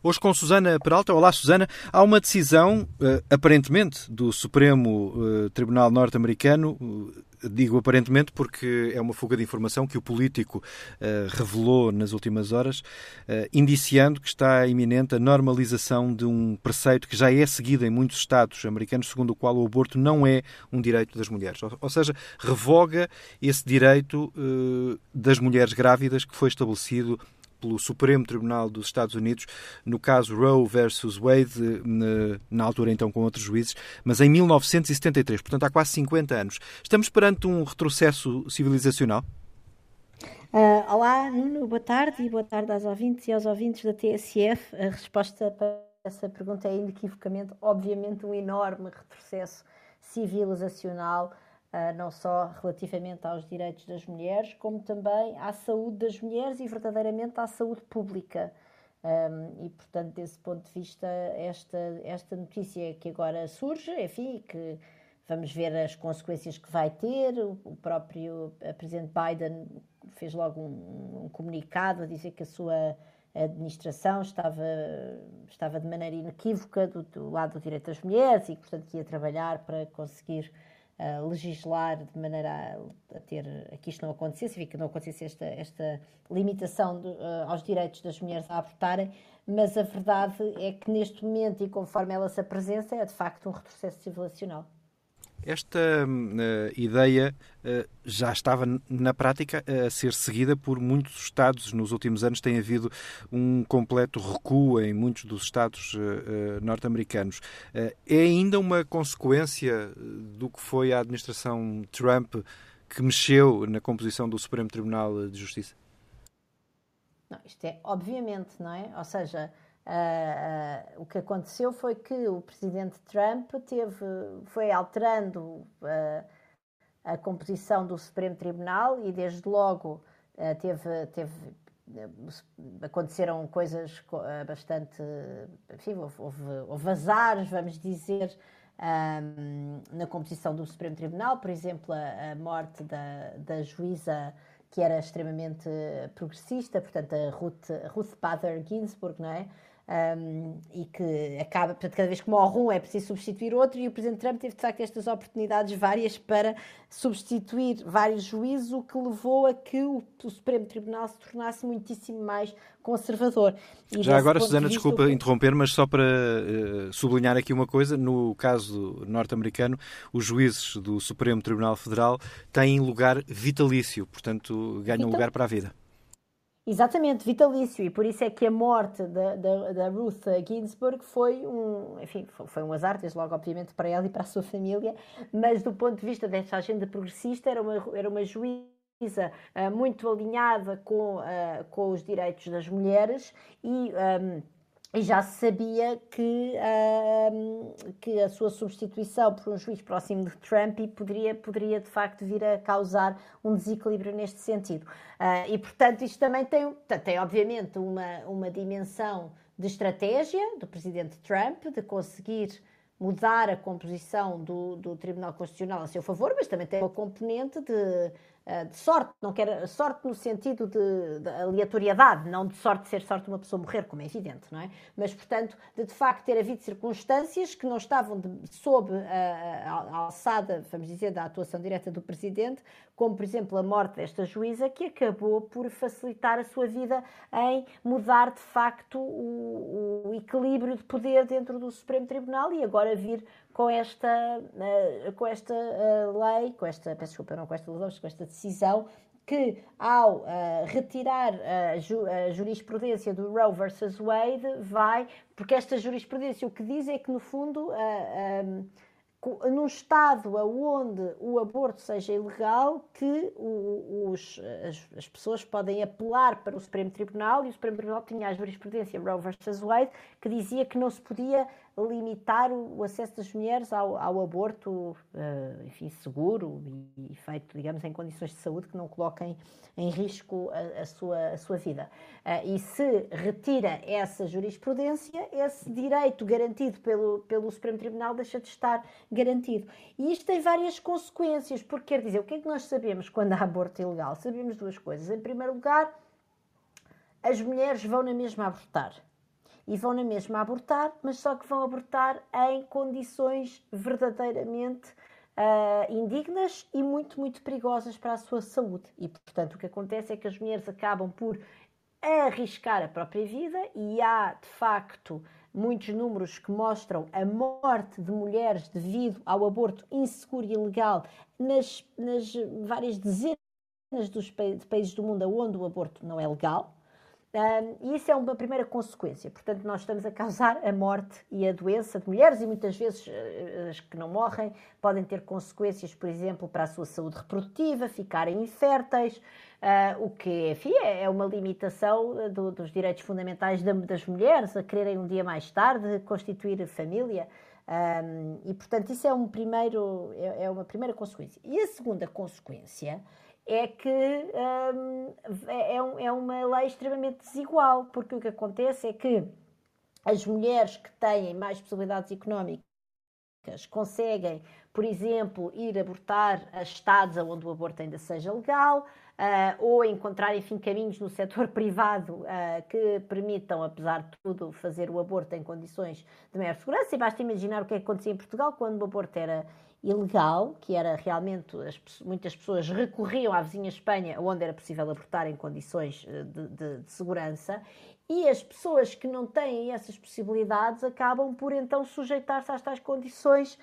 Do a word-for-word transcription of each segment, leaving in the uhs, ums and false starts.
Hoje com Susana Peralta. Olá, Susana. Há uma decisão, aparentemente, do Supremo Tribunal Norte-Americano, digo aparentemente porque é uma fuga de informação que o político revelou nas últimas horas, indiciando que está iminente a normalização de um preceito que já é seguido em muitos Estados americanos, segundo o qual o aborto não é um direito das mulheres. Ou seja, revoga esse direito das mulheres grávidas que foi estabelecido pelo Supremo Tribunal dos Estados Unidos, no caso Roe versus Wade, na altura então com outros juízes, mas em mil novecentos e setenta e três, portanto há quase cinquenta anos. Estamos perante um retrocesso civilizacional? Uh, olá, Nuno, boa tarde e boa tarde aos ouvintes e aos ouvintes da T S F. A resposta para essa pergunta é inequivocamente, obviamente, um enorme retrocesso civilizacional, Uh, não só relativamente aos direitos das mulheres, como também à saúde das mulheres e verdadeiramente à saúde pública. Um, e, portanto, desse ponto de vista, esta, esta notícia que agora surge, enfim, que vamos ver as consequências que vai ter. O, o próprio Presidente Biden fez logo um, um comunicado a dizer que a sua administração estava, estava de maneira inequívoca do, do lado do direito das mulheres e, portanto, que ia trabalhar para conseguir Uh, legislar de maneira a, a ter a que isto não acontecesse, enfim, que não acontecesse esta, esta limitação de, uh, aos direitos das mulheres a abortarem, mas a verdade é que neste momento, e conforme ela se apresenta, é de facto um retrocesso civilizacional. Esta uh, ideia uh, já estava na prática a ser seguida por muitos Estados. Nos últimos anos tem havido um completo recuo em muitos dos Estados uh, uh, norte-americanos. Uh, é ainda uma consequência do que foi a administração Trump que mexeu na composição do Supremo Tribunal de Justiça? Não, isto é obviamente, não é? Ou seja, Uh, uh, o que aconteceu foi que o presidente Trump teve, foi alterando uh, a composição do Supremo Tribunal e desde logo uh, teve, teve, uh, aconteceram coisas uh, bastante, enfim, houve, houve, houve azares, vamos dizer, um, na composição do Supremo Tribunal. Por exemplo, a, a morte da, da juíza que era extremamente progressista, portanto a Ruth, Ruth Bader Ginsburg, não é? Um, e que acaba, portanto, cada vez que morre um é preciso substituir outro, e o Presidente Trump teve de facto estas oportunidades várias para substituir vários juízes, o que levou a que o, o Supremo Tribunal se tornasse muitíssimo mais conservador. E já agora, Susana, de vista, desculpa o... interromper, mas só para uh, sublinhar aqui uma coisa, no caso norte-americano, os juízes do Supremo Tribunal Federal têm lugar vitalício, portanto ganham Vital... lugar para a vida. Exatamente, vitalício, e por isso é que a morte da, da, da Ruth Ginsburg foi um, enfim, foi um azar, desde logo, obviamente, para ela e para a sua família, mas do ponto de vista desta agenda progressista, era uma, era uma juíza uh, muito alinhada com, uh, com os direitos das mulheres e... Um, E já se sabia que, uh, que a sua substituição por um juiz próximo de Trump poderia, poderia, de facto, vir a causar um desequilíbrio neste sentido. Uh, e, portanto, isto também tem, tem obviamente, uma, uma dimensão de estratégia do presidente Trump, de conseguir mudar a composição do, do Tribunal Constitucional a seu favor, mas também tem uma componente de... de sorte, não quero sorte no sentido de, de aleatoriedade, não de sorte de ser sorte de uma pessoa morrer, como é evidente, não é? Mas, portanto, de de facto ter havido circunstâncias que não estavam de, sob a, a, a alçada, vamos dizer, da atuação direta do Presidente, como, por exemplo, a morte desta juíza, que acabou por facilitar a sua vida em mudar, de facto, o, o equilíbrio de poder dentro do Supremo Tribunal e agora vir com esta, uh, com esta uh, lei, com esta, peço desculpa, não com esta lei, com esta decisão, que ao uh, retirar a, ju a jurisprudência do Roe versus Wade, vai, porque esta jurisprudência o que diz é que, no fundo, uh, um, num Estado onde o aborto seja ilegal, que o, os, as, as pessoas podem apelar para o Supremo Tribunal, e o Supremo Tribunal tinha a jurisprudência Roe versus Wade, que dizia que não se podia limitar o, o acesso das mulheres ao, ao aborto, uh, enfim, seguro e, e feito, digamos, em condições de saúde que não coloquem em risco a, a, sua, a sua vida. Uh, e se retira essa jurisprudência, esse direito garantido pelo, pelo Supremo Tribunal deixa de estar garantido. E isto tem várias consequências, porque quer dizer, o que é que nós sabemos quando há aborto ilegal? Sabemos duas coisas. Em primeiro lugar, as mulheres vão na mesma abortar. e vão na mesma abortar, mas só que vão abortar em condições verdadeiramente uh, indignas e muito, muito perigosas para a sua saúde. E, portanto, o que acontece é que as mulheres acabam por arriscar a própria vida e há, de facto, muitos números que mostram a morte de mulheres devido ao aborto inseguro e ilegal nas, nas várias dezenas dos de países do mundo onde o aborto não é legal. Um, e isso é uma primeira consequência. Portanto, nós estamos a causar a morte e a doença de mulheres e muitas vezes as que não morrem podem ter consequências, por exemplo, para a sua saúde reprodutiva, ficarem inférteis, uh, o que, enfim, é uma limitação do, dos direitos fundamentais das mulheres a quererem um dia mais tarde constituir família. Um, e, portanto, isso é, um primeiro, é, é uma primeira consequência. E a segunda consequência é que hum, é, é uma lei extremamente desigual, porque o que acontece é que as mulheres que têm mais possibilidades económicas conseguem, por exemplo, ir abortar a estados onde o aborto ainda seja legal, uh, ou encontrar, enfim, caminhos no setor privado uh, que permitam, apesar de tudo, fazer o aborto em condições de maior segurança. E basta imaginar o que é que acontecia em Portugal quando o aborto era ilegal, que era realmente, as, muitas pessoas recorriam à vizinha Espanha, onde era possível abortar em condições de, de, de segurança, e as pessoas que não têm essas possibilidades acabam por então sujeitar-se às tais condições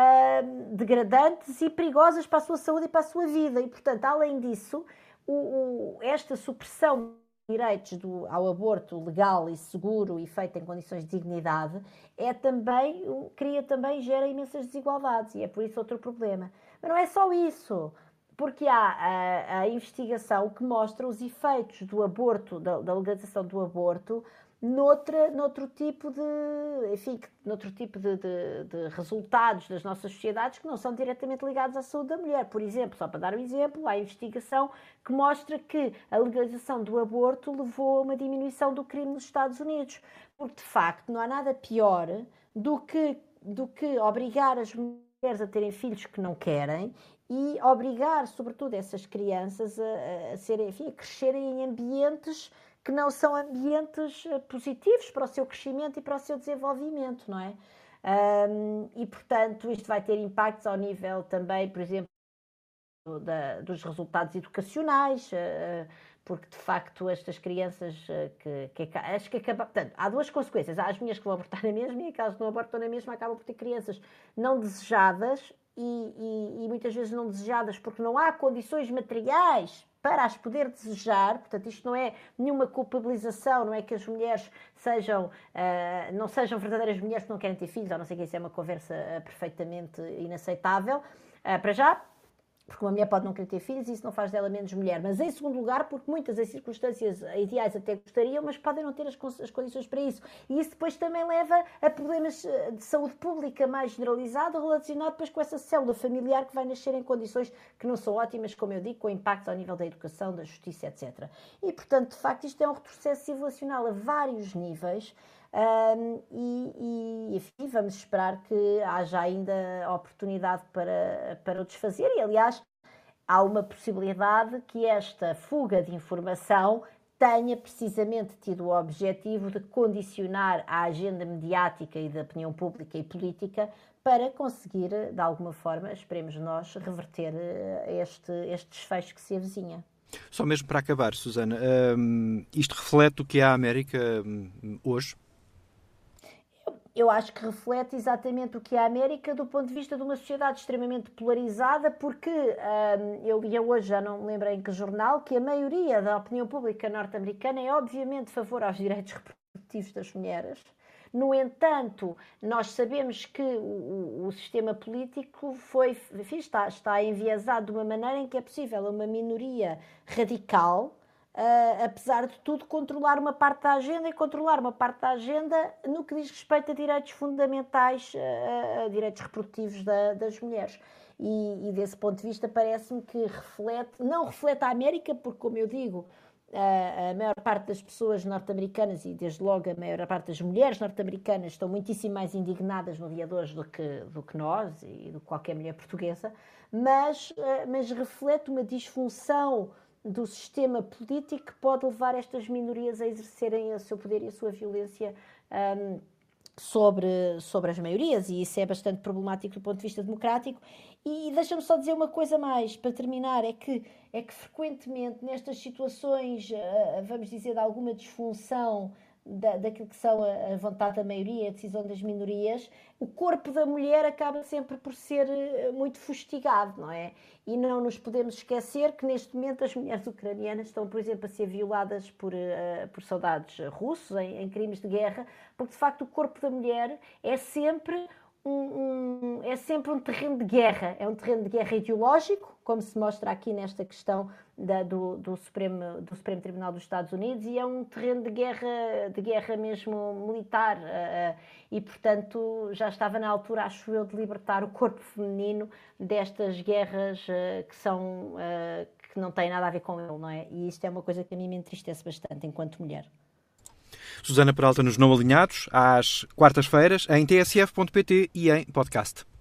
uh, degradantes e perigosas para a sua saúde e para a sua vida. E, portanto, além disso, o, o, esta supressão direitos do, ao aborto legal e seguro e feito em condições de dignidade, é também, cria também, gera imensas desigualdades e é por isso outro problema. Mas não é só isso, porque há a, a investigação que mostra os efeitos do aborto, da, da legalização do aborto, noutra, noutro tipo de, enfim, noutro tipo de, de, de resultados das nossas sociedades que não são diretamente ligados à saúde da mulher. Por exemplo, só para dar um exemplo, há a investigação que mostra que a legalização do aborto levou a uma diminuição do crime nos Estados Unidos, porque de facto não há nada pior do que, do que obrigar as mulheres a terem filhos que não querem e obrigar, sobretudo, essas crianças a, a, serem, enfim, a crescerem em ambientes que não são ambientes positivos para o seu crescimento e para o seu desenvolvimento, não é? Um, e, portanto, isto vai ter impactos ao nível também, por exemplo, da, dos resultados educacionais, uh, porque, de facto, estas crianças uh, que, que acho que acabam... Portanto, há duas consequências. Há as mulheres que vão abortar na mesma e aquelas que não abortam na mesma acabam por ter crianças não desejadas e, e, e muitas vezes não desejadas porque não há condições materiais para as poder desejar. Portanto, isto não é nenhuma culpabilização, não é que as mulheres sejam, uh, não sejam verdadeiras mulheres que não querem ter filhos, ou não sei o que, isso é uma conversa uh, perfeitamente inaceitável. Uh, para já, porque uma mulher pode não querer ter filhos e isso não faz dela menos mulher. Mas, em segundo lugar, porque muitas das circunstâncias ideais até gostariam, mas podem não ter as, as condições para isso. E isso depois também leva a problemas de saúde pública mais generalizado, relacionado depois com essa célula familiar que vai nascer em condições que não são ótimas, como eu digo, com impactos ao nível da educação, da justiça, etcétera. E, portanto, de facto, isto é um retrocesso civilizacional a vários níveis. Um, e, e, enfim, vamos esperar que haja ainda oportunidade para, para o desfazer e, aliás, há uma possibilidade que esta fuga de informação tenha precisamente tido o objetivo de condicionar a agenda mediática e da opinião pública e política para conseguir, de alguma forma, esperemos nós, reverter este, este desfecho que se avizinha. Só mesmo para acabar, Susana, um, isto reflete o que é a América um, hoje? Eu acho que reflete exatamente o que é a América do ponto de vista de uma sociedade extremamente polarizada, porque hum, eu lia hoje, já não me lembro em que jornal, que a maioria da opinião pública norte-americana é obviamente a favor aos direitos reprodutivos das mulheres. No entanto, nós sabemos que o, o sistema político foi, enfim, está, está enviesado de uma maneira em que é possível a uma minoria radical, Uh, apesar de tudo, controlar uma parte da agenda e controlar uma parte da agenda no que diz respeito a direitos fundamentais, uh, a direitos reprodutivos da, das mulheres. E, e desse ponto de vista parece-me que reflete, não reflete a América, porque, como eu digo, uh, a maior parte das pessoas norte-americanas e desde logo a maior parte das mulheres norte-americanas estão muitíssimo mais indignadas no dia de hoje do que, do que nós e do que qualquer mulher portuguesa, mas, uh, mas reflete uma disfunção do sistema político que pode levar estas minorias a exercerem o seu poder e a sua violência um, sobre, sobre as maiorias, e isso é bastante problemático do ponto de vista democrático. E deixa-me só dizer uma coisa mais, para terminar, é que, é que frequentemente nestas situações, vamos dizer, de alguma disfunção da, daquilo que são a, a vontade da maioria, a decisão das minorias, o corpo da mulher acaba sempre por ser muito fustigado, não é? E não nos podemos esquecer que neste momento as mulheres ucranianas estão, por exemplo, a ser violadas por, uh, por soldados russos em, em crimes de guerra, porque de facto o corpo da mulher é sempre Um, um, é sempre um terreno de guerra, é um terreno de guerra ideológico, como se mostra aqui nesta questão da, do, do, Supremo, do Supremo Tribunal dos Estados Unidos, e é um terreno de guerra, de guerra mesmo militar, uh, e portanto já estava na altura, acho eu, de libertar o corpo feminino destas guerras uh, que são uh, que não têm nada a ver com ele, não é? E isto é uma coisa que a mim me entristece bastante enquanto mulher. Susana Peralta nos Não Alinhados, às quartas-feiras, em t s f ponto p t e em podcast.